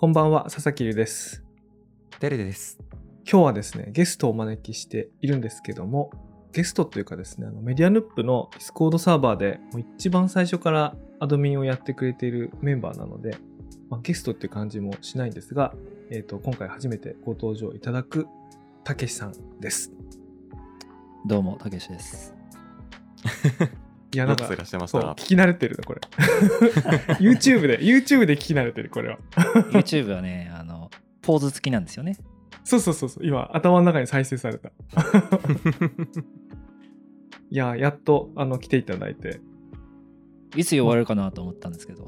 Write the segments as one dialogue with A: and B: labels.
A: こんばんは、佐々木隆です。
B: デレです。
A: 今日はですね、ゲストをお招きしているんですけども、ゲストというかですね、メディアヌップの Discord サーバーでもう一番最初からアドミンをやってくれているメンバーなので、ゲストっていう感じもしないんですが、今回初めてご登場いただくたけしさんです。
C: どうも、たけしです。
A: いや、なんか
B: よくいらっしゃいまし
A: そう
B: た。
A: 聞き慣れてるなこれ。YouTube で聞き慣れてるこれは。
C: YouTube はね、ポーズ付きなんですよね。
A: そう今頭の中に再生された。いややっと来ていただいて、
C: いつ終わるかなと思ったんですけど。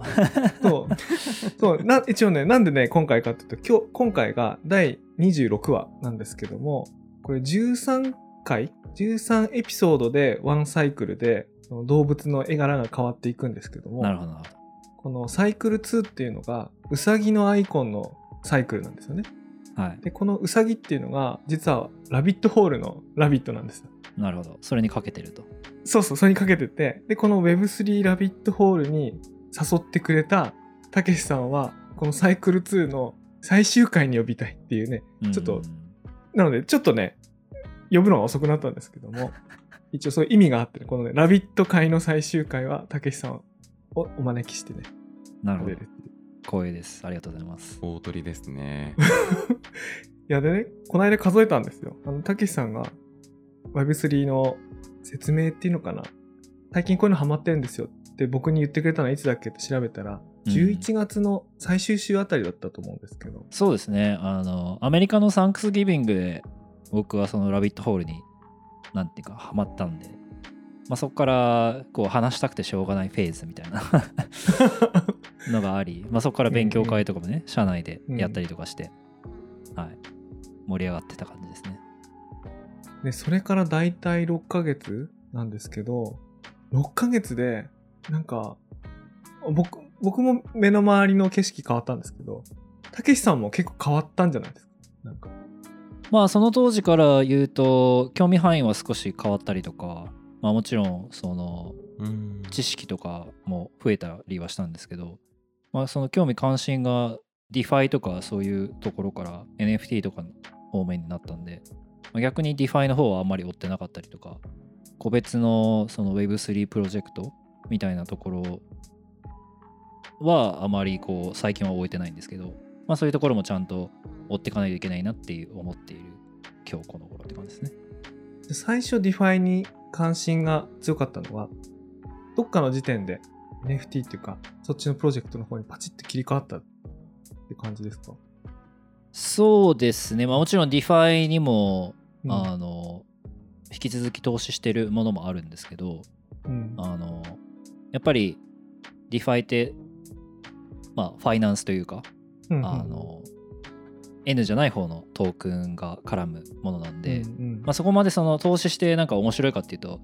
A: そう一応ね、なんでね今回かっていうと、今回が第26話なんですけども、これ13エピソードでワンサイクルで動物の絵柄が変わっていくんですけども、
C: なるほど。
A: このサイクル2っていうのがウサギのアイコンのサイクルなんですよね。
C: はい。
A: でこのウサギっていうのが実はラビットホールのラビットなんですよ。
C: なるほど。それにかけてると。
A: そうそれにかけてて、でこの Web3 ラビットホールに誘ってくれたたけしさんはこのサイクル2の最終回に呼びたいっていうね、ちょっとなのでちょっとね呼ぶのが遅くなったんですけども、一応そういう意味があってね、このねラビット回の最終回はたけしさんをお招きしてね、
C: なるほど。光栄です。ありがとうございます。
B: 大鳥ですね。
A: いやでね、この間数えたんですよ。たけしさんが Web3 の説明っていうのかな、最近こういうのハマってるんですよって僕に言ってくれたのはいつだっけって調べたら、11月の最終週あたりだったと思うんですけど、
C: そうですね。アメリカのサンクスギビングで僕はそのラビットホールになんていうかハマったんで、そこからこう話したくてしょうがないフェーズみたいなのがあり、そこから勉強会とかもね、社内でやったりとかして、はい、盛り上がってた感じですね。
A: でそれからだいたい6ヶ月なんですけど、6ヶ月でなんか僕も目の周りの景色変わったんですけど、たけしさんも結構変わったんじゃないですか。なんか
C: その当時から言うと興味範囲は少し変わったりとか、もちろんその知識とかも増えたりはしたんですけど、その興味関心が DeFi とかそういうところから NFT とかの方面になったんで、逆に DeFi の方はあんまり追ってなかったりとか、個別のその Web3 プロジェクトみたいなところはあまりこう最近は終えてないんですけど、そういうところもちゃんと追っていかないといけないなっていう思っている今日この頃って感じですね。
A: 最初 DeFi に関心が強かったのはどっかの時点で NFT っていうかそっちのプロジェクトの方にパチッと切り替わったって感じですか？
C: そうですね、もちろん DeFi にも、引き続き投資してるものもあるんですけど、やっぱり DeFi ってファイナンスというか、N じゃない方のトークンが絡むものなんで、そこまでその投資してなんか面白いかっていうと、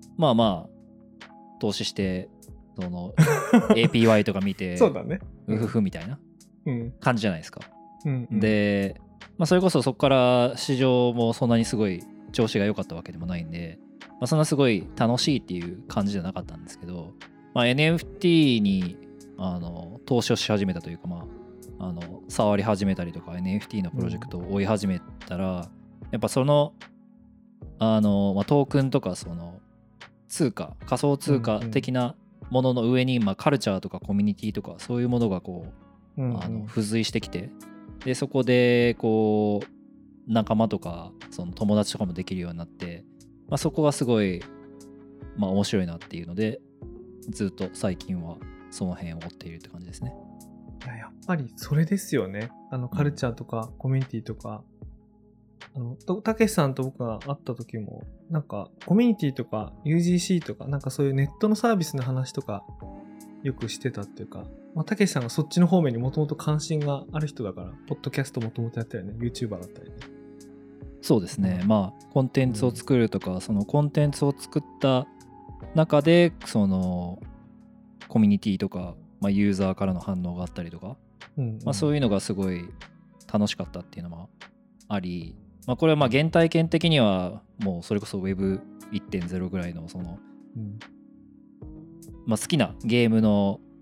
C: 投資してその APY とか見て
A: そうだね、
C: うふふみたいな感じじゃないですか。で、それこそそこから市場もそんなにすごい調子が良かったわけでもないんで、そんなすごい楽しいっていう感じじゃなかったんですけど、NFT に投資をし始めたというか、触り始めたりとか NFT のプロジェクトを追い始めたら、やっぱそのトークンとかその通貨、仮想通貨的なものの上に、カルチャーとかコミュニティとかそういうものがこう、付随してきて、でそこでこう仲間とかその友達とかもできるようになって、そこがすごい面白いなっていうので、ずっと最近はその辺を追っているって感じですね。
A: やっぱりそれですよね。カルチャーとかコミュニティとか、たけしさんと僕が会った時もなんかコミュニティとか UGC とかなんかそういうネットのサービスの話とかよくしてたっていうか、たけしさんがそっちの方面にもともと関心がある人だから、ポッドキャストもともとやったよね、 YouTuber だったりね。
C: そうですね、コンテンツを作るとか、そのコンテンツを作った中でそのコミュニティとか、ユーザーからの反応があったりとか、そういうのがすごい楽しかったっていうのもあり、これは原体験的にはもうそれこそ Web1.0 ぐらいのその、好きなゲームの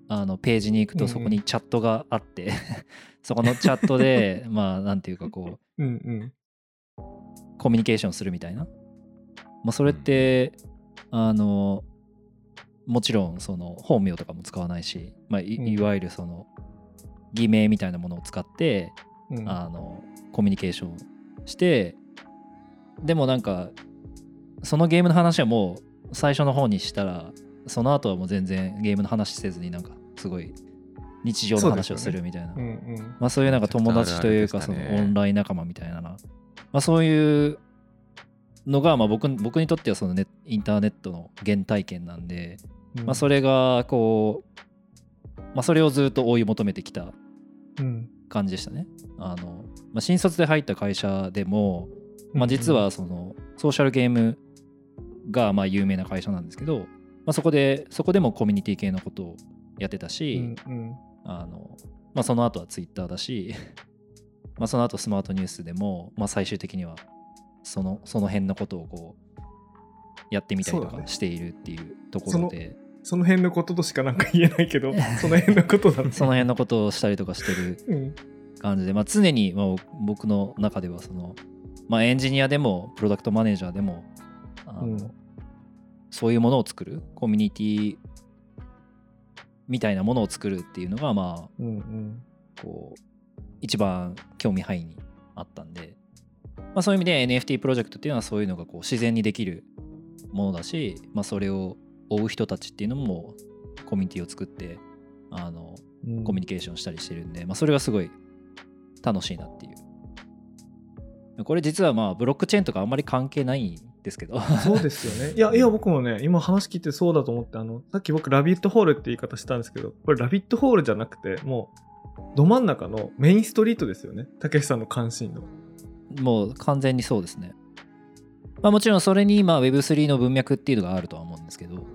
C: ページに行くとそこにチャットがあって、そこのチャットでまあなんていうかこう、コミュニケーションするみたいな、まあ、それってもちろんその本名とかも使わないし、まあ、いわゆるその偽名みたいなものを使って、コミュニケーションして、でもなんかそのゲームの話はもう最初の方にしたら、その後はもう全然ゲームの話せずになんかすごい日常の話をするみたいな、まあそういうなんか友達というかそのオンライン仲間みたいな、まあそういうのがまあ僕にとってはそのインターネットの原体験なんで、まあそれがこう、まあそれをずっと追い求めてきた感じでしたね。まあ新卒で入った会社でも、まあ実はそのソーシャルゲームがまあ有名な会社なんですけど、まあ、そこでもコミュニティ系のことをやってたし、まあ、その後はツイッターだしまあその後スマートニュースでも、まあ、最終的にはその辺のことをこうやってみたりとかしているっていうところで、
A: その辺のこととしかなんか言えないけどその辺のことだ、ね、
C: その辺のことをしたりとかしてる感じで、まあ、常にまあ僕の中ではその、まあ、エンジニアでもプロダクトマネージャーでもそういうものを作るコミュニティみたいなものを作るっていうのがまあ、こう一番興味範囲にあったんで、まあ、そういう意味で NFT プロジェクトっていうのはそういうのがこう自然にできるものだし、まあ、それを追う人たちっていうのもコミュニティを作ってコミュニケーションしたりしてるんで、まあ、それがすごい楽しいなっていう。これ実はまあブロックチェーンとかあんまり関係ないんですけど
A: そうですよね。いや僕もね今話聞いてそうだと思って、さっき僕ラビットホールって言い方したんですけど、これラビットホールじゃなくてもうど真ん中のメインストリートですよね、たけしさんの関心の。
C: もう完全にそうですね。まあもちろんそれに今 Web3 の文脈っていうのがあるとは思うんですけど、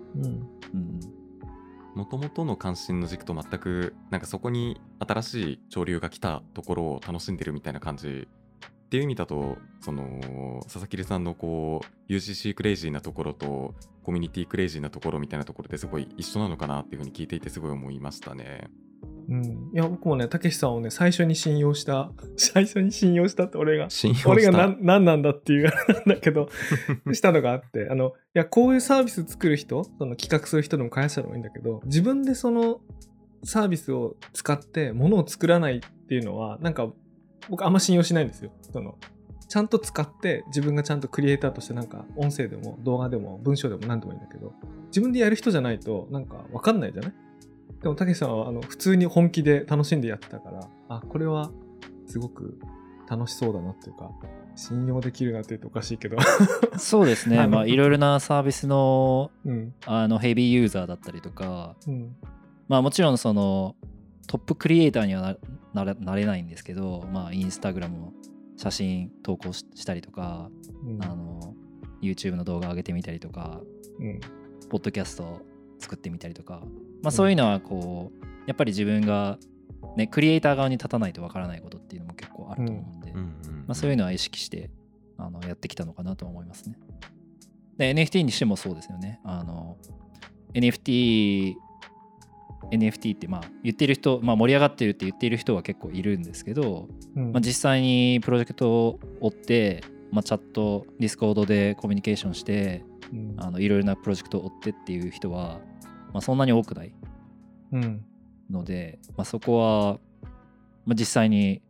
B: もともとの関心の軸と全くなんかそこに新しい潮流が来たところを楽しんでるみたいな感じっていう意味だと、その佐々木さんのこう UGC クレイジーなところとコミュニティクレイジーなところみたいなところですごい一緒なのかなっていうふうに聞いていてすごい思いましたね。
A: いや僕もねたけしさんをね最初に信用したって俺が何なんだっていうなんだけどしたのがあって、いやこういうサービス作る人、その企画する人でも開発者でもいいんだけど、自分でそのサービスを使って物を作らないっていうのはなんか僕あんま信用しないんですよ。ちゃんと使って自分がちゃんとクリエイターとしてなんか音声でも動画でも文章でも何でもいいんだけど、自分でやる人じゃないとなんか分かんないじゃない。でもたけしさんは普通に本気で楽しんでやってたから、あこれはすごく楽しそうだなっていうか信用できるなって言うとおかしいけど
C: そうですね。まあいろいろなサービスの、ヘビーユーザーだったりとか、まあもちろんそのトップクリエイターにはなれないんですけど、まあインスタグラムの写真投稿したりとか、YouTube の動画上げてみたりとか、ポッドキャスト作ってみたりとか、まあそういうのはこうやっぱり自分がねクリエイター側に立たないとわからないことっていうのも結構あると思うんで、まあそういうのは意識してやってきたのかなと思いますね。で NFT にしてもそうですよね。NFT ってまあ言ってる人、まあ、盛り上がってるって言っている人は結構いるんですけど、まあ、実際にプロジェクトを追って、まあ、チャットディスコードでコミュニケーションして、いろいろなプロジェクトを追ってっていう人は、まあ、そんなに多くないので、まあ、そこは、まあ、実際に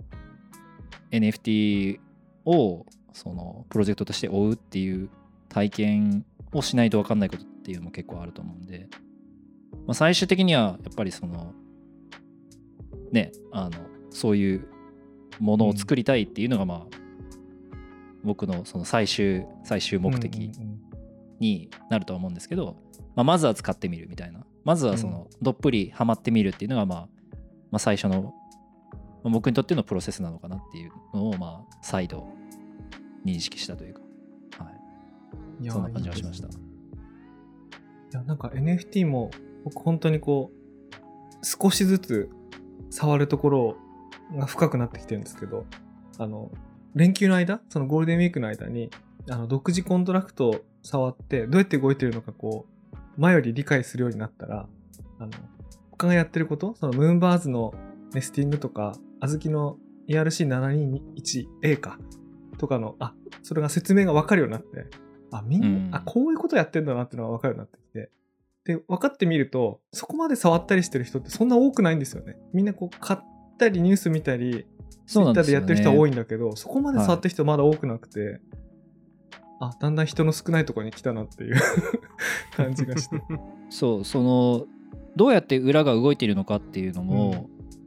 C: NFT をそのプロジェクトとして追うっていう体験をしないと分かんないことっていうのも結構あると思うんで、まあ、最終的にはやっぱりそのねそういうものを作りたいっていうのがまあ僕のその最終目的になるとは思うんですけど、まあ、まずは使ってみるみたいな、まずはそのどっぷりハマってみるっていうのがまあ最初の僕にとってのプロセスなのかなっていうのをまあ再度認識したというか、はい、そんな感じがしました。い
A: やなんか NFT も僕本当にこう少しずつ触るところが深くなってきてるんですけど、連休の間、そのゴールデンウィークの間に独自コントラクトを触ってどうやって動いてるのかこう前より理解するようになったら他がやってること、そのムーンバーズのネスティングとか、あずきの ERC721A かとかの、それが説明が分かるようになって、みんな、こういうことやってんだなっていうのが分かるようになってきて、で、分かってみると、そこまで触ったりしてる人ってそんな多くないんですよね。みんなこう買ったりニュース見たり、ツイッターでやってる人は多いんだけど、そこまで触ってる人まだ多くなくて、だんだん人の少ないところに来たなっていう感じがして。
C: そう、どうやって裏が動いているのかっていうのも、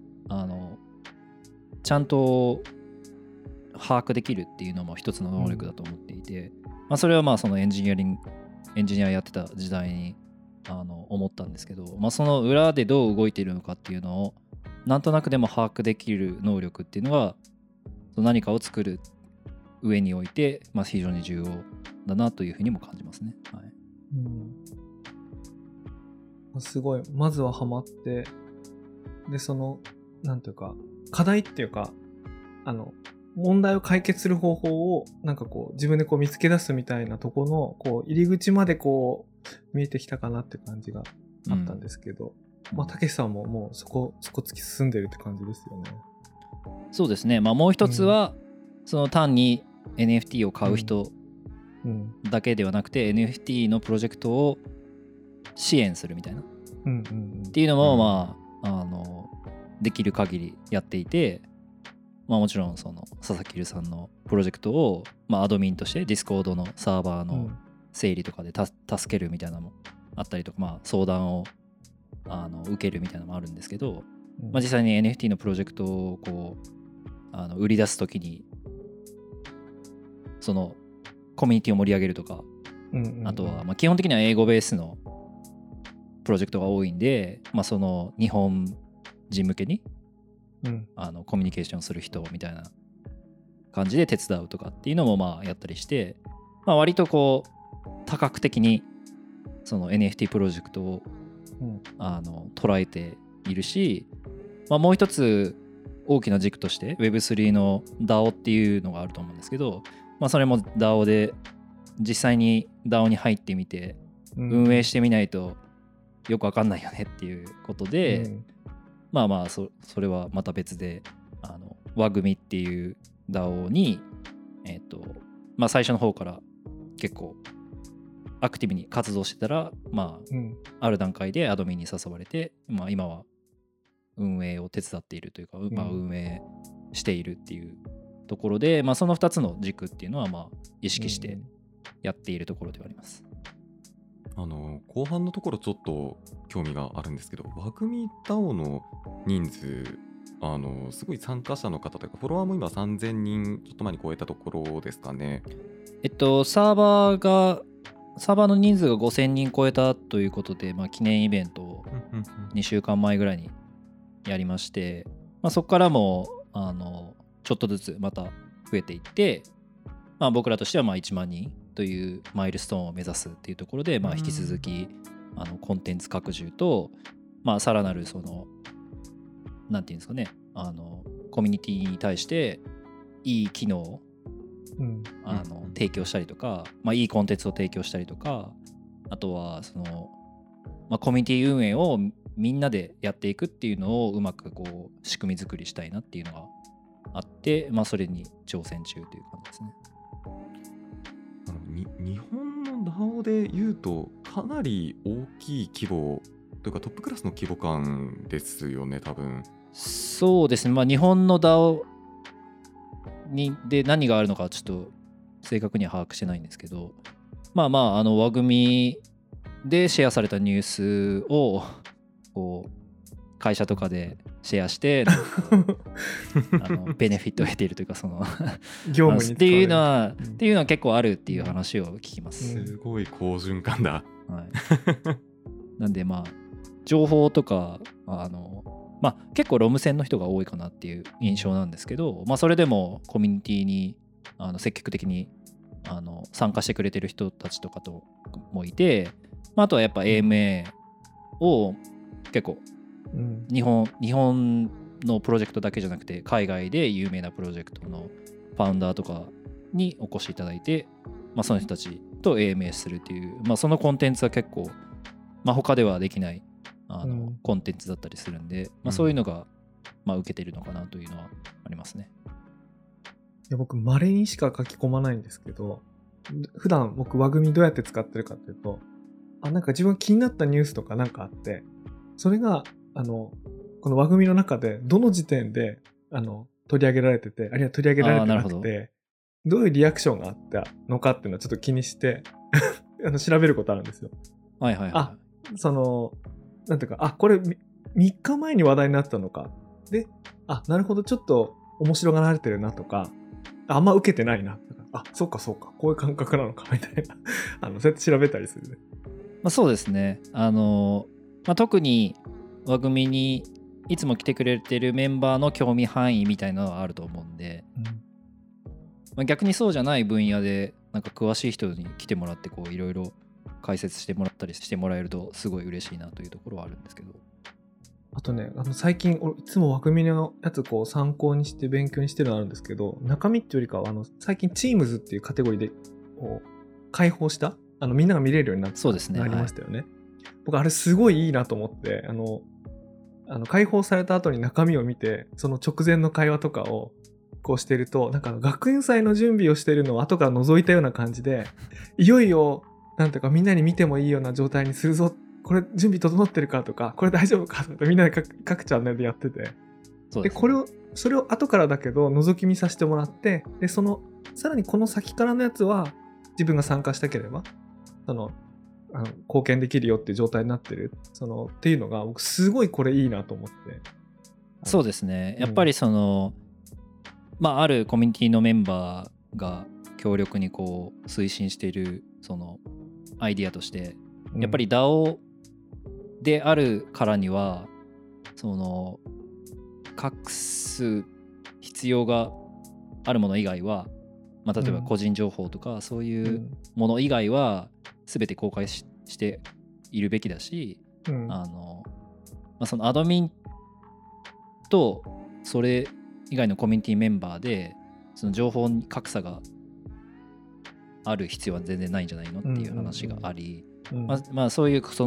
C: ちゃんと把握できるっていうのも一つの能力だと思っていて、それはそのエンジニアやってた時代に思ったんですけど、その裏でどう動いているのかっていうのをなんとなくでも把握できる能力っていうのが何かを作る上において、非常に重要だなというふうにも感じますね。はい、
A: すごい、まずはハマって、でなんていうか課題っていうか問題を解決する方法をなんかこう自分でこう見つけ出すみたいなとこのこう入り口までこう見えてきたかなって感じがあったんですけど、たけしさんももうそこ突き進んでるって感じですよね。
C: そうですね。もう一つは、その単に NFT を買う人だけではなくて、NFT のプロジェクトを支援するみたいな、っていうのもできる限りやっていて、もちろんその佐々木さんのプロジェクトをアドミンとしてディスコードのサーバーの整理とかで助けるみたいなのもあったりとか、相談を受けるみたいなのもあるんですけど、実際に NFT のプロジェクトをこう売り出すときにそのコミュニティを盛り上げるとか、あとは基本的には英語ベースのプロジェクトが多いんで、その日本人向けにコミュニケーションする人みたいな感じで手伝うとかっていうのもやったりして、割とこう多角的にその NFT プロジェクトを捉えているし、もう一つ大きな軸として Web3 の DAO っていうのがあると思うんですけど、それも DAO で実際に DAO に入ってみて運営してみないとよく分かんないよねっていうことで、それはまた別で和組っていう DAO に最初の方から結構アクティブに活動してたらある段階でアドミンに誘われて、今は運営を手伝っているというか、運営しているっていうところで、その2つの軸っていうのは意識してやっているところではあります。
B: 後半のところちょっと興味があるんですけど、和組 DAO の人数すごい参加者の方というかフォロワーも今3000人ちょっと前に超えたところですかね。
C: サーバーの人数が5000人超えたということで、記念イベントを2週間前ぐらいにやりまして、そこからもちょっとずつまた増えていって、僕らとしては1万人というマイルストーンを目指すっていうところで、引き続きコンテンツ拡充と、さらなるなんていうんですかね、コミュニティに対していい機能を提供したりとか、いいコンテンツを提供したりとか、あとはコミュニティ運営をみんなでやっていくっていうのをうまくこう仕組み作りしたいなっていうのがあって、それに挑戦中という感じですね。
B: 日本の DAO でいうとかなり大きい規模というかトップクラスの規模感ですよね、多分。
C: そうですね、日本の DAO で何があるのかちょっと正確には把握してないんですけど、和組でシェアされたニュースをこう会社とかでシェアしてベネフィットを得ているというか、
A: 業務に
C: っていうのは結構あるっていう話を聞きます。
B: すごい好循環だ。
C: なんで情報とか結構ロム線の人が多いかなっていう印象なんですけど、それでもコミュニティに積極的に参加してくれてる人たちとかともいて、あとはやっぱ AMA を結構日本のプロジェクトだけじゃなくて海外で有名なプロジェクトのファウンダーとかにお越しいただいて、その人たちと AMA するっていう、そのコンテンツは結構、他ではできないコンテンツだったりするんで、そういうのが、受けてるのかなというのはありますね。
A: いや僕稀にしか書き込まないんですけど、普段僕輪組どうやって使ってるかっていうと、なんか自分気になったニュースとかなんかあって、それがこの輪組の中でどの時点で取り上げられてて、あるいは取り上げられてなくて、どういうリアクションがあったのかっていうのはちょっと気にして調べることあるんですよ。
C: はいはいはい。
A: なんていうか、これ3日前に話題になったのか。で、なるほど、ちょっと面白がられてるなとか、あんま受けてないな。そうか、こういう感覚なのかみたいなそうやって調べたりするね。
C: そうですね。特に輪組にいつも来てくれてるメンバーの興味範囲みたいなのはあると思うんで、逆にそうじゃない分野でなんか詳しい人に来てもらっていろいろ解説してもらったりしてもらえるとすごい嬉しいなというところはあるんですけど。
A: あとね、最近いつも輪組のやつ参考にして勉強にしてるのあるんですけど、中身っていうよりかは最近 Teams っていうカテゴリーで開放したみんなが見れるようになってなりましたよね。僕あれすごいいいなと思って、開放された後に中身を見て、その直前の会話とかをしてると、なんか学園祭の準備をしてるのを後から覗いたような感じで、いよいよなんていうかみんなに見てもいいような状態にするぞ、これ準備整ってるかとか、これ大丈夫かとかみんなで各チャンネルでやってて、でそれを後からだけど覗き見させてもらって、でさらにこの先からのやつは自分が参加したければ貢献できるよっていう状態になってるっていうのが僕すごいこれいいなと思って。
C: そうですね。やっぱりあるコミュニティのメンバーが強力に推進しているアイディアとして、やっぱり DAO であるからには隠す必要があるもの以外は、例えば個人情報とかそういうもの以外は全て公開しているべきだし、そのアドミンとそれ以外のコミュニティメンバーでその情報に格差がある必要は全然ないんじゃないのっていう話があり、そういう組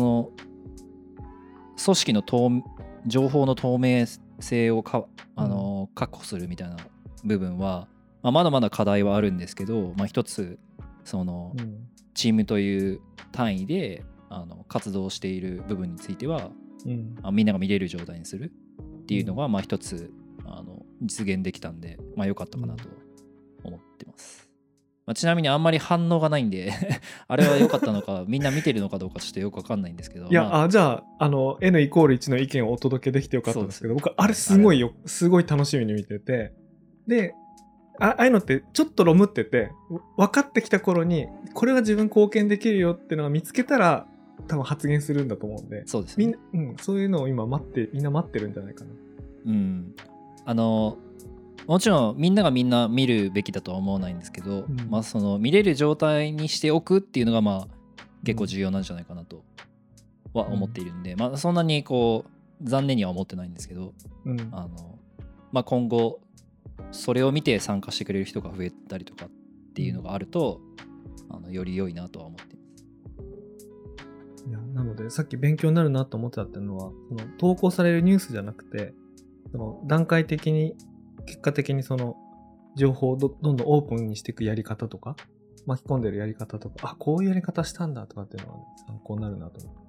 C: 織の情報の透明性を確保するみたいな部分は、まだまだ課題はあるんですけど、一つチームという単位で活動している部分については、みんなが見れる状態にするっていうのが一つ実現できたんで、良かったかなと思ってます。ちなみにあんまり反応がないんであれは良かったのかみんな見てるのかどうかちょっとよく分かんないんですけど、
A: いや、じゃあN=1 の意見をお届けできてよかったんですけど、僕あれすごい楽しみに見てて、でああいうのってちょっとロムってて分かってきた頃にこれは自分貢献できるよっていうのを見つけたら多分発言するんだと思うんで、
C: そうですね、
A: そういうのを今みんな待ってるんじゃないかな。
C: もちろんみんながみんな見るべきだとは思わないんですけど、見れる状態にしておくっていうのが結構重要なんじゃないかなとは思っているんで、そんなに残念には思ってないんですけど、今後それを見て参加してくれる人が増えたりとかっていうのがあると、より良いなとは思っています。
A: いや、なのでさっき勉強になるなと思ってたっていうのは、投稿されるニュースじゃなくて、段階的に結果的に情報をどんどんオープンにしていくやり方とか、巻き込んでるやり方とか、こういうやり方したんだとかっていうのは、参考になるなと思って。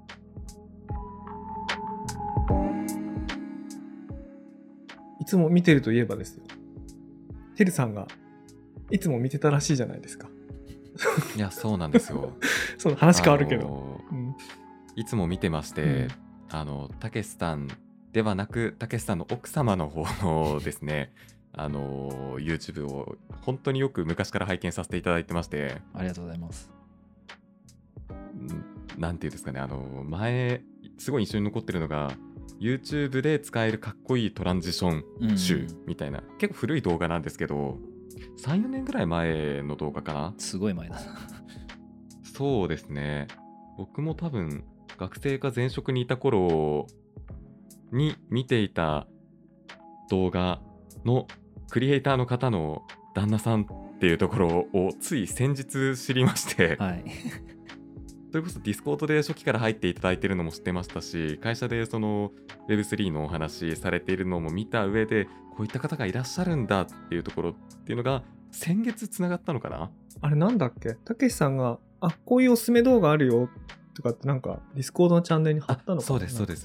A: いつも見てるといえばですよ、てるさんがいつも見てたらしいじゃないですか。
B: いや、そうなんですよ。
A: その話変わるけど、
B: いつも見てまして、たけしさんではなくたけしさんの奥様の方のですねYouTube を本当によく昔から拝見させていただいてまして、
C: ありがとうございます。
B: なんていうんですかね、前すごい印象に残ってるのが YouTube で使えるかっこいいトランジション集みたいな、結構古い動画なんですけど 3,4 年ぐらい前の動画かな。
C: すごい前だな。
B: そうですね、僕も多分学生か前職にいた頃に見ていた動画のクリエイターの方の旦那さんっていうところをつい先日知りまして、 それこそディスコードで初期から入っていただいているのも知ってましたし、会社でその Web3 のお話されているのも見た上で、こういった方がいらっしゃるんだっていうところっていうのが先月つながったのかな。
A: あれなんだっけ、たけしさんがこういうおすすめ動画あるよとかってなんかディスコードのチャンネルに貼ったのかな。
B: そうですそうです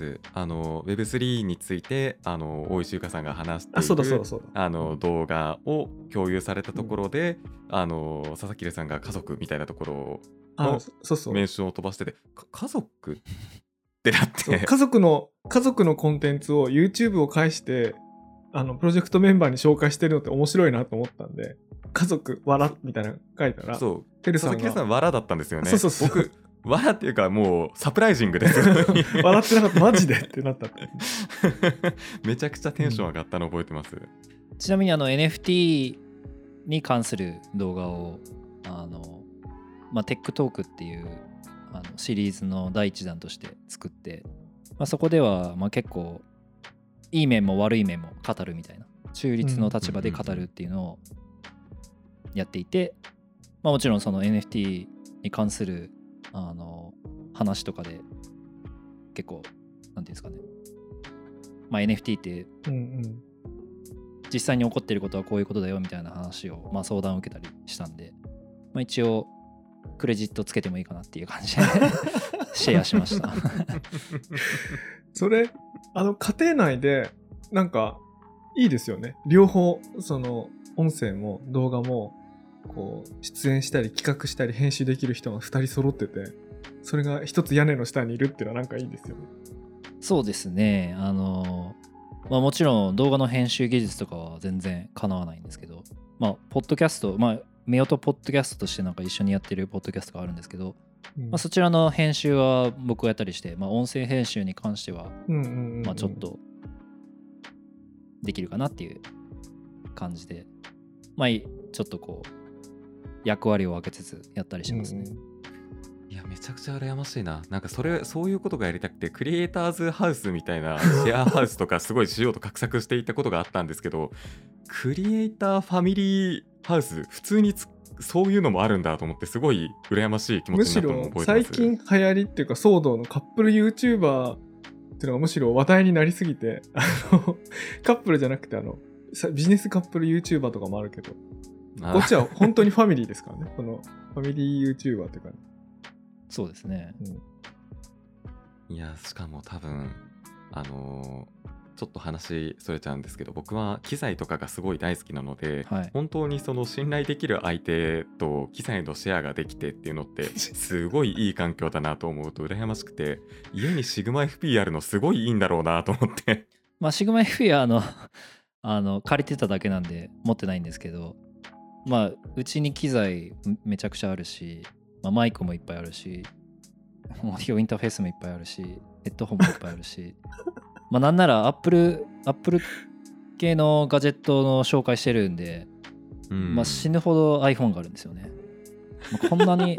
B: 。Web3 について大石ゆかさんが話している動画を共有されたところで、佐々木さんが家族みたいなところのメンションを飛ばしてて、家族ってなって
A: 家族のコンテンツを YouTube を介してプロジェクトメンバーに紹介してるのって面白いなと思ったんで、家族わらみたいなの書いたら、
B: そう、
A: てるさんが
B: 佐々木さんわらだったんですよね。
A: そう
B: 僕わらっていうかもうサプライジングですよ
A: 笑ってなかった、マジでってなったって
B: めちゃくちゃテンション上がったの覚えてます。
C: ちなみにNFT に関する動画をテックトークっていうシリーズの第一弾として作って、そこでは結構いい面も悪い面も語るみたいな、中立の立場で語るっていうのをやっていて、もちろんその NFT に関する話とかで結構なんていうんですかね、NFT って実際に起こっていることはこういうことだよみたいな話を相談を受けたりしたんで、一応クレジットつけてもいいかなっていう感じでシェアしました
A: それ家庭内でなんかいいですよね。両方その音声も動画もこう出演したり企画したり編集できる人が2人揃ってて、それが一つ屋根の下にいるっていうのはなんかいいですよね。
C: そうですね。もちろん動画の編集技術とかは全然かなわないんですけど、ポッドキャスト、目音ポッドキャストとしてなんか一緒にやってるポッドキャストがあるんですけど、そちらの編集は僕がやったりして、音声編集に関してはちょっとできるかなっていう感じで、ちょっとこう役割を分けつつやったりしますね。
B: いやめちゃくちゃ羨ましいな。なんかそういうことがやりたくて、クリエイターズハウスみたいなシェアハウスとかすごいしようと画策していたことがあったんですけど、クリエイターファミリーハウス普通にそういうのもあるんだと思って、すごい羨ましい気持ちになったのを覚えてます。
A: むしろ最近流行りっていうか騒動のカップル YouTuber っていうのがむしろ話題になりすぎてカップルじゃなくてビジネスカップル YouTuber とかもあるけど、こっちは本当にファミリーですからね。このファミリー YouTuber っていうか、ね、
C: そうですね、
B: いやしかも多分ちょっと話それちゃうんですけど、僕は機材とかがすごい大好きなので、本当にその信頼できる相手と機材のシェアができてっていうのってすごいいい環境だなと思うと羨ましくて、家にシグマ FP あるのすごいいいんだろうなと思って
C: シグマ FP は借りてただけなんで持ってないんですけど、うちに機材めちゃくちゃあるし、マイクもいっぱいあるし、オーディオインターフェースもいっぱいあるし、ヘッドホンもいっぱいあるしなんならアップル系のガジェットの紹介してるんで、死ぬほど iPhone があるんですよね。こんなに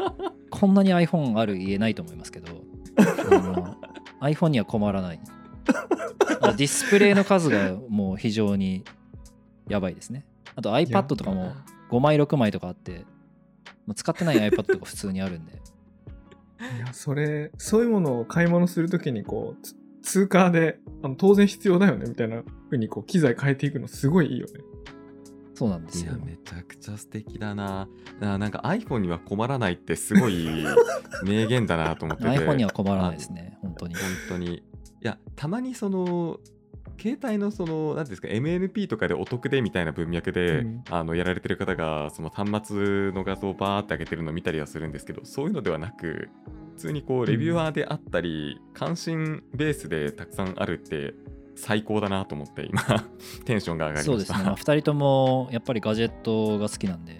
C: iPhone ある家ないと思いますけどiPhone には困らない。ディスプレイの数がもう非常にやばいですね。あと iPad とかも5枚6枚とかあって、使ってない iPad とか普通にあるんで
A: いやそういうものを買い物するときにこう通貨で当然必要だよねみたいな風にこう機材変えていくのすごいいいよね。
C: そうなんですよ。
B: いやめちゃくちゃ素敵だな。なんか iPhone には困らないってすごい名言だなと思ってて
C: iPhone には困らないですね、本当に。
B: いやたまにその携帯のその何ですか MNP とかでお得でみたいな文脈で、やられてる方がその端末の画像をバーって上げてるのを見たりはするんですけど、そういうのではなく普通にこうレビュアーであったり、関心ベースでたくさんあるって最高だなと思って今テンションが上がりました。
C: そうですね、2人ともやっぱりガジェットが好きなんで、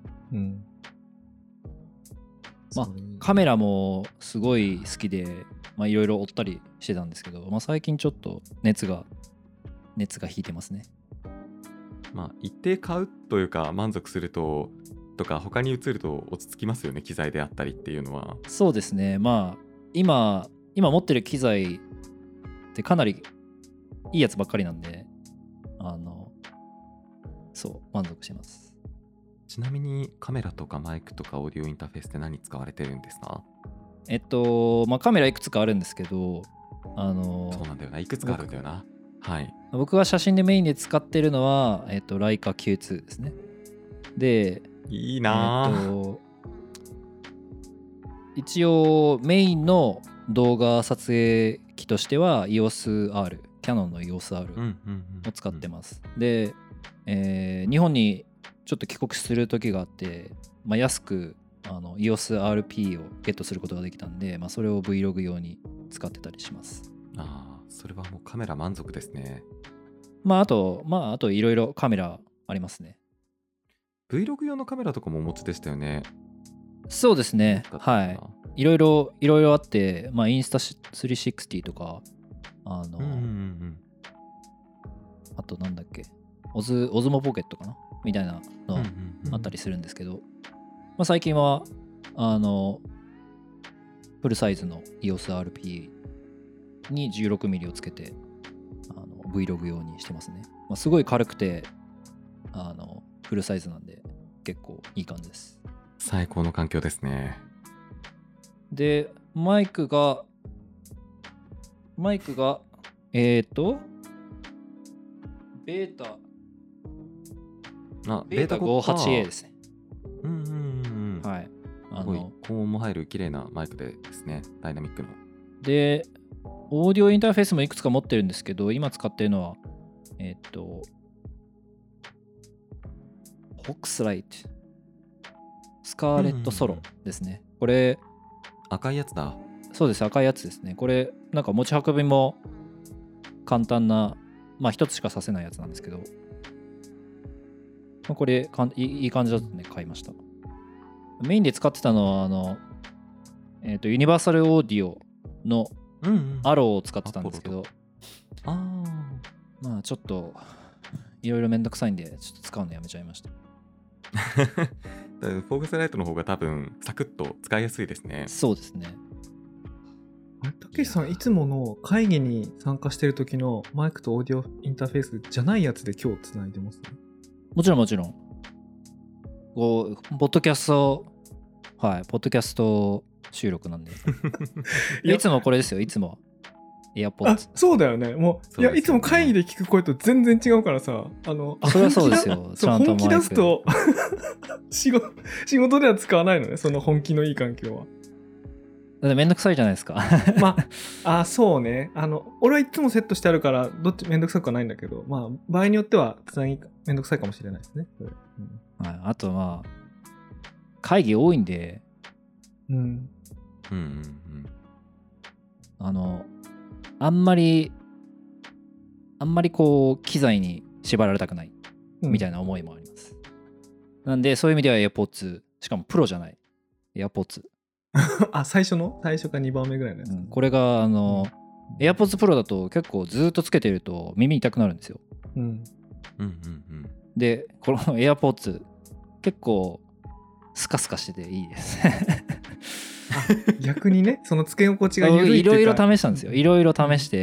C: カメラもすごい好きでいろいろ追ったりしてたんですけど、最近ちょっと熱が引いてますね。
B: 一定買うというか満足するとか他に移ると落ち着きますよね、機材であったりっていうのは。
C: そうですね。今持ってる機材ってかなりいいやつばっかりなんで、満足してます。
B: ちなみにカメラとかマイクとかオーディオインターフェースって何使われてるんですか？
C: カメラいくつかあるんですけど、
B: そうなんだよな、いくつかあるんだよな。はい。
C: 僕が写真でメインで使ってるのは、ライカ Q2 ですね。で、
B: いいなぁ。
C: 一応メインの動画撮影機としては EOS-R、キヤノンの EOS-R を使ってます。で、日本にちょっと帰国する時があって、安くEOS-RP をゲットすることができたんで、それを Vlog 用に使ってたりします。
B: それはもうカメラ満足ですね。
C: あといろいろカメラありますね。
B: Vlog 用のカメラとかもお持ちでしたよね。
C: そうですね。はい。いろいろあって、インスタ360とか、あとなんだっけ、オズモポケットかなみたいなのあったりするんですけど、最近はフルサイズの EOS-RP に 16mm をつけてVlog 用にしてますね。すごい軽くてフルサイズなんで結構いい感じです。
B: 最高の環境ですね。
C: でマイクがベータ 58A ですね。はい。
B: すごい高音も入る綺麗なマイクですね。ダイナミックの。
C: でオーディオインターフェースもいくつか持ってるんですけど、今使ってるのはホックスライトスカーレットソロですね。これ
B: 赤いやつだ。
C: そうです、赤いやつですね。これなんか持ち運びも簡単な、一つしかさせないやつなんですけど、これいい感じだったんで買いました。メインで使ってたのはユニバーサルオーディオのアローを使ってたんですけど、ちょっといろいろめんどくさいんでちょっと使うのやめちゃいました。
B: フォーカスライトの方が多分サクッと使いやすいですね。
C: そうですね。
A: たけしさん、いつもの会議に参加してる時のマイクとオーディオインターフェースじゃないやつで今日つないでますね。
C: もちろんポッドキャスト収録なんでいつもこれですよ。いつもAirPods。
A: そうだよね。もう、いつも会議で聞く声と全然違うからさ、
C: それはそうですよ。ちゃんと
A: 本気出すと仕事では使わないのね、その本気のいい環境は。
C: だってめんどくさいじゃないですか。
A: そうね。俺はいつもセットしてあるからどっちめんどくさくはないんだけど、場合によってはつなぎめんどくさいかもしれないですね。
C: あと会議多いんで、あんまりこう機材に縛られたくないみたいな思いもあります。なんでそういう意味では AirPods、 しかもプロじゃない AirPods
A: 最初か2番目ぐらいのやつ、
C: これがAirPods Pro だと結構ずっとつけてると耳痛くなるんですよ。でこの AirPods 結構スカスカしてていいです
A: 逆にね、そのつけ心地が緩いっていうか、
C: いろいろ試したんですよ。いろいろ試して、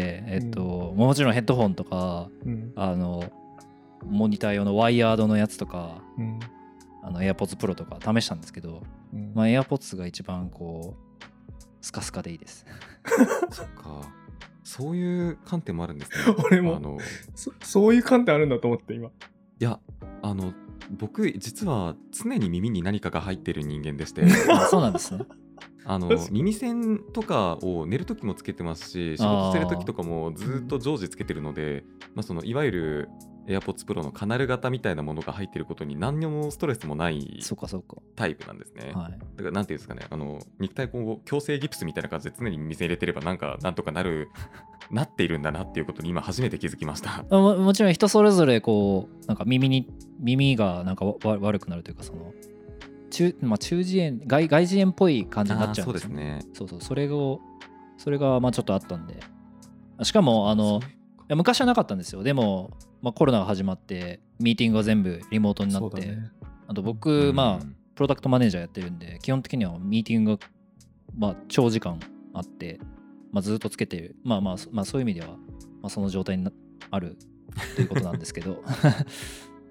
C: もちろんヘッドホンとか、モニター用のワイヤードのやつとか、AirPods Pro とか試したんですけど、AirPods が一番こうスカスカでいいです
B: そっか、そういう観点もあるんですね。
A: 俺もそういう観点あるんだと思って今。い
B: や、僕実は常に耳に何かが入ってる人間でして
C: そうなんですね。
B: 耳栓とかを寝るときもつけてますし、仕事してるときとかもずっと常時つけてるので、そのいわゆる AirPods Pro のカナル型みたいなものが入ってることに何にもストレスもないタイプなんですね。だからなんていうんですかね、肉体矯正ギプスみたいな感じで常に耳栓入れてればなんとかなっているんだなっていうことに今初めて気づきました。
C: もちろん人それぞれこうなんか耳がなんか悪くなるというか、その中耳炎、外耳炎っぽい感じになっちゃうんですよね。そう、それがちょっとあったんで、しかも昔はなかったんですよ。でも、コロナが始まってミーティングが全部リモートになって、あと僕プロダクトマネージャーやってるんで、基本的にはミーティングが長時間あって、ずっとつけてる、そういう意味では、その状態にあるということなんですけど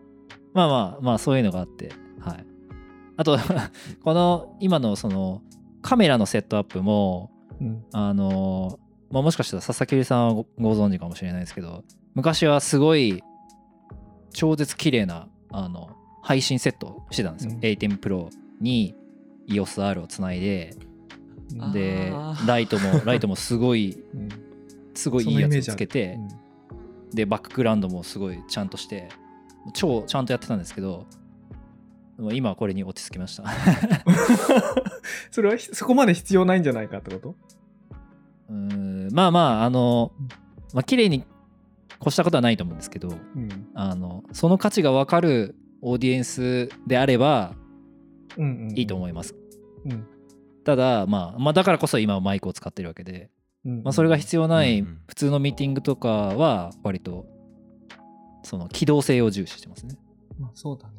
C: そういうのがあって、はい。あとこの今のそのカメラのセットアップも、
A: うん
C: もしかしたら佐々木さんはご存知かもしれないですけど、昔はすごい超絶綺麗な配信セットをしてたんですよ、A10 Pro に EOS R をつないで、でライトもすごいいいやつをつけて、でバックグラウンドもすごいちゃんとして超ちゃんとやってたんですけど、今はこれに落ち着きました
A: それはそこまで必要ないんじゃないかってこと？
C: 綺麗に越したことはないと思うんですけど、その価値が分かるオーディエンスであればいいと思います、ただだからこそ今はマイクを使ってるわけで、それが必要ない普通のミーティングとかは割とその機動性を重視してますね。
A: そうだね。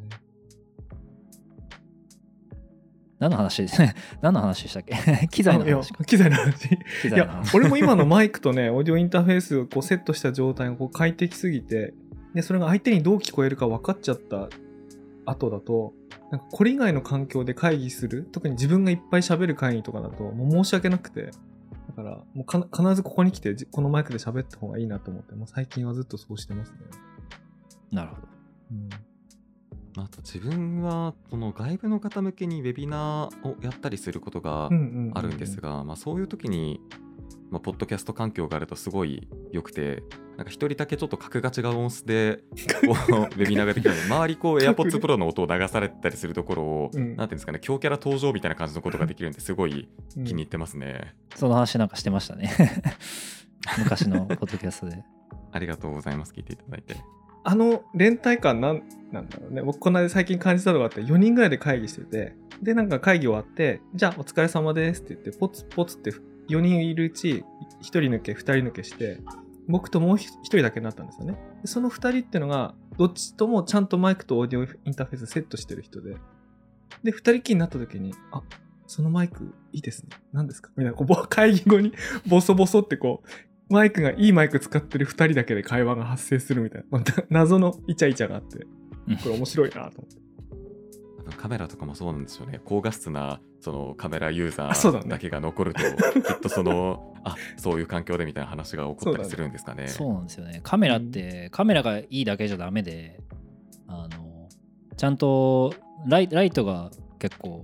C: 何の話でしたっけ機材の話か。
A: 機材の話。いや、俺も今のマイクとね、オーディオインターフェースをこうセットした状態がこう快適すぎて、で、それが相手にどう聞こえるか分かっちゃった後だと、なんかこれ以外の環境で会議する、特に自分がいっぱい喋る会議とかだと、もう申し訳なくて、だからもう必ずここに来て、このマイクで喋った方がいいなと思って、もう最近はずっとそうしてますね。
C: なるほど。
B: あと自分はこの外部の方向けにウェビナーをやったりすることがあるんですが、そういう時に、ポッドキャスト環境があるとすごい良くて、なんか一人だけちょっと格が違う音質でこうウェビナーができるので、周りこう AirPods Pro の音を流されたりするところを、なんていうんですかね、強キャラ登場みたいな感じのことができるんですごい気に入ってますね。
C: その話なんかしてましたね昔のポッドキャストで。
B: ありがとうございます、聞いていただいて。
A: 連帯感なんだろうね。僕この間最近感じたのがあって、4人ぐらいで会議してて、でなんか会議終わって、じゃあお疲れ様ですって言って、ポツポツって4人いるうち1人抜け2人抜けして、僕ともう1人だけになったんですよね。でその2人っていうのがどっちともちゃんとマイクとオーディオインターフェースセットしてる人で、で2人きりになった時に、そのマイクいいですね、何ですかみんなこう会議後にボソボソってこうマイクがいいマイク使ってる2人だけで会話が発生するみたいな、謎のイチャイチャがあって、これ面白いなと思って。
B: カメラとかもそうなんですよね。高画質なそのカメラユーザーだけが残ると、きっとそういう環境でみたいな話が起こったりするんですかね。
C: そうなんですよね。カメラって、カメラがいいだけじゃダメで、ちゃんとライトが結構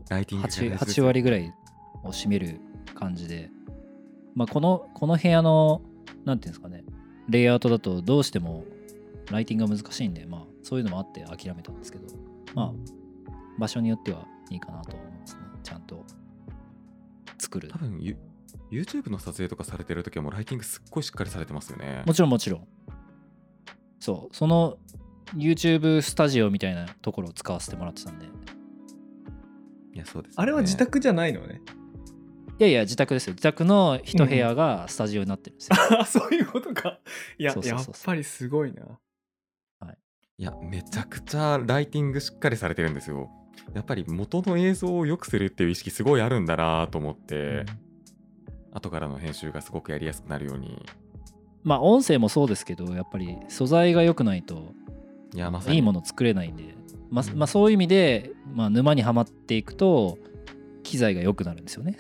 C: 8割ぐらいを占める感じで、この部屋のなんていうんですかね、レイアウトだとどうしてもライティングが難しいんで、そういうのもあって諦めたんですけど、場所によってはいいかなと思いますね。ちゃんと作る。
B: 多分YouTube の撮影とかされてる時はもうライティングすっごいしっかりされてますよね。
C: もちろん。そう、その YouTube スタジオみたいなところを使わせてもらってたんで。
B: いや、そうですね。
A: あれは自宅じゃないのね。
C: いや自宅ですよ。自宅の一部屋がスタジオになってるんですよ。
A: そういうことか。いや、やっぱりすごいな。
B: いや、めちゃくちゃライティングしっかりされてるんですよ。やっぱり元の映像を良くするっていう意識すごいあるんだなと思って、後からの編集がすごくやりやすくなるように。
C: 音声もそうですけど、やっぱり素材が良くないといいもの作れないんで、そういう意味で、沼にはまっていくと機材が良くなるんですよね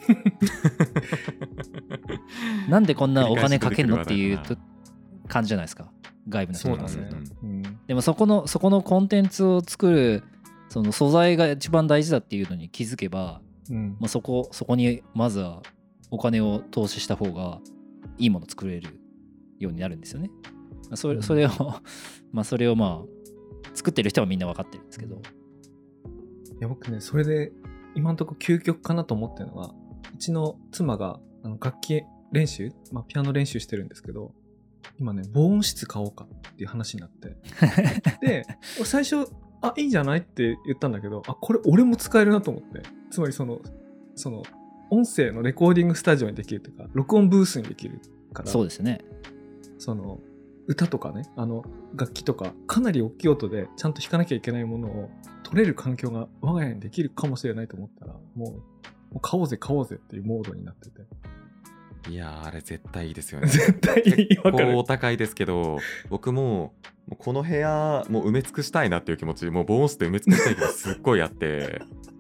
C: なんでこんなお金かけんのっていう感じじゃないですか、外部の人からすると。でもそこのコンテンツを作るその素材が一番大事だっていうのに気づけば、そこにまずはお金を投資した方がいいもの作れるようになるんですよね。それを作ってる人はみんな分かってるんですけど。
A: いや、僕ね、それで今のところ究極かなと思ってるのは、うちの妻が楽器練習、ピアノ練習してるんですけど、今ね、防音室買おうかっていう話になってで、最初いいんじゃないって言ったんだけど、これ俺も使えるなと思って、つまりその音声のレコーディングスタジオにできるというか、録音ブースにできるから。
C: そうですね。
A: その歌とかね、楽器とかかなり大きい音でちゃんと弾かなきゃいけないものを取れる環境が我が家にできるかもしれないと思ったら、もう買おうぜっていうモードになってて。
B: いやー、あれ絶対いいですよね。
A: 絶対いい。
B: 結構お高いですけど、僕もうこの部屋もう埋め尽くしたいなっていう気持ち、もう防音室で埋め尽くしたい気持ちすっごいあって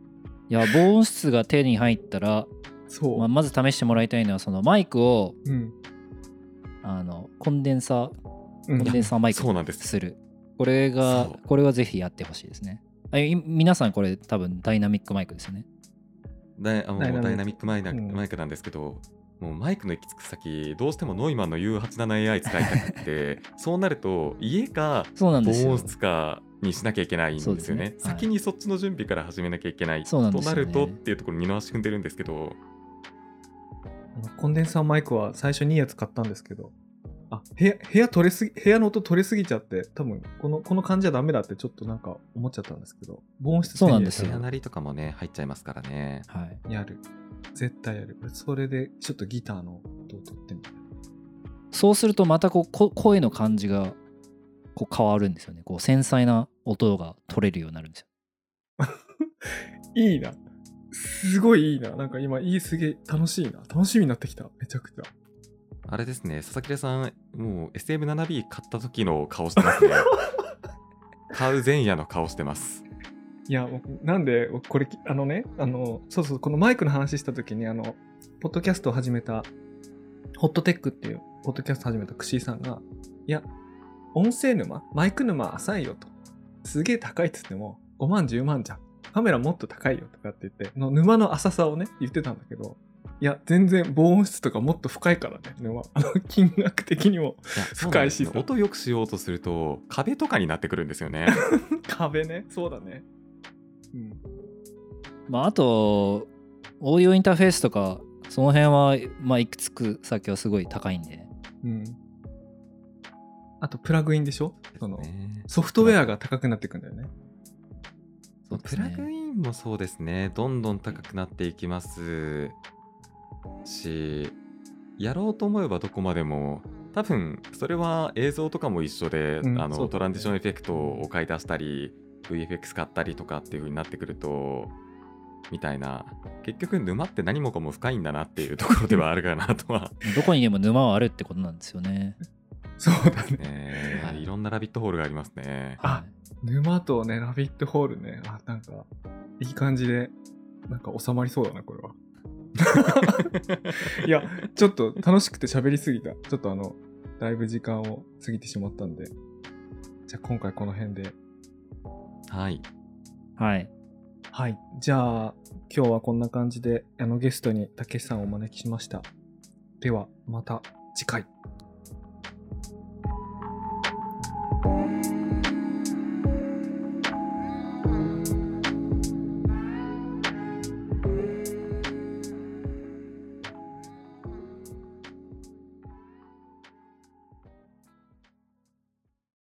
C: いや防音室が手に入ったら、
A: そう、
C: まず試してもらいたいのはそのマイクを、
A: うん、
C: コンデンサーマイク
B: そうなんです。
C: にする。これはぜひやってほしいですね。皆さんこれ多分ダイナミックマイクですよね。
B: ダイナミックマイクなんですけど、もうマイクの行き着く先どうしてもノイマンの U87AI 使いたくってそうなると家か防音室かにしなきゃいけないんですよね。先にそっちの準備から始めなきゃいけないとなるとっていうところに二の足踏んでるんですけど、
A: コンデンサーマイクは最初にいいやつ買ったんですけど、部屋の音取れすぎちゃって、多分この感じはダメだってちょっとなんか思っちゃったんですけど、防音室
C: そうなんですよ。
B: 部屋なりとかもね入っちゃいますからね。
C: はい。
A: やる。絶対やる。それでちょっとギターの音を取ってみる。
C: そうするとまた声の感じが変わるんですよね。繊細な音が取れるようになるんですよ。
A: いいな。すごいいいな。なんか今すげえ楽しいな。楽しみになってきた。めちゃくちゃ。
B: あれですね、佐々木さん、もう SM7B 買った時の顔してますね。買う前夜の顔してます。
A: いや、なんで、これ、そう、このマイクの話した時に、ポッドキャストを始めた、ホットテックっていう、ポッドキャストを始めたクシーさんが、いや、音声沼、マイク沼浅いよと。すげえ高いっつっても、5万、10万じゃん。カメラもっと高いよとかって言って、沼の浅さをね、言ってたんだけど、いや、全然防音室とかもっと深いからね、沼。金額的にも深いしさ。
B: 音良くしようとすると、壁とかになってくるんですよね。
A: 壁ね、そうだね。うん。
C: あと、オーディオインターフェースとか、その辺は、いくつく先はすごい高いんで。
A: うん。あと、プラグインでしょ？ソフトウェアが高くなっていくんだよね。
B: プラグインもそうですね。どんどん高くなっていきますし、やろうと思えばどこまでも、多分それは映像とかも一緒で、トランジションエフェクトを買い出したり、VFX 買ったりとかっていう風になってくると、みたいな、結局沼って何もかも深いんだなっていうところではあるかなとは。
C: どこにでも沼はあるってことなんですよね。
A: そうだね。
B: はい、いろんなラビットホールがありますね。
A: 沼とね、ラビットホールね。なんか、いい感じで、なんか収まりそうだな、これは。いや、ちょっと楽しくて喋りすぎた。ちょっとだいぶ時間を過ぎてしまったんで。じゃあ今回この辺で。
B: はい。
C: はい。
A: はい。じゃあ、今日はこんな感じで、ゲストにたけしさんをお招きしました。では、また次回。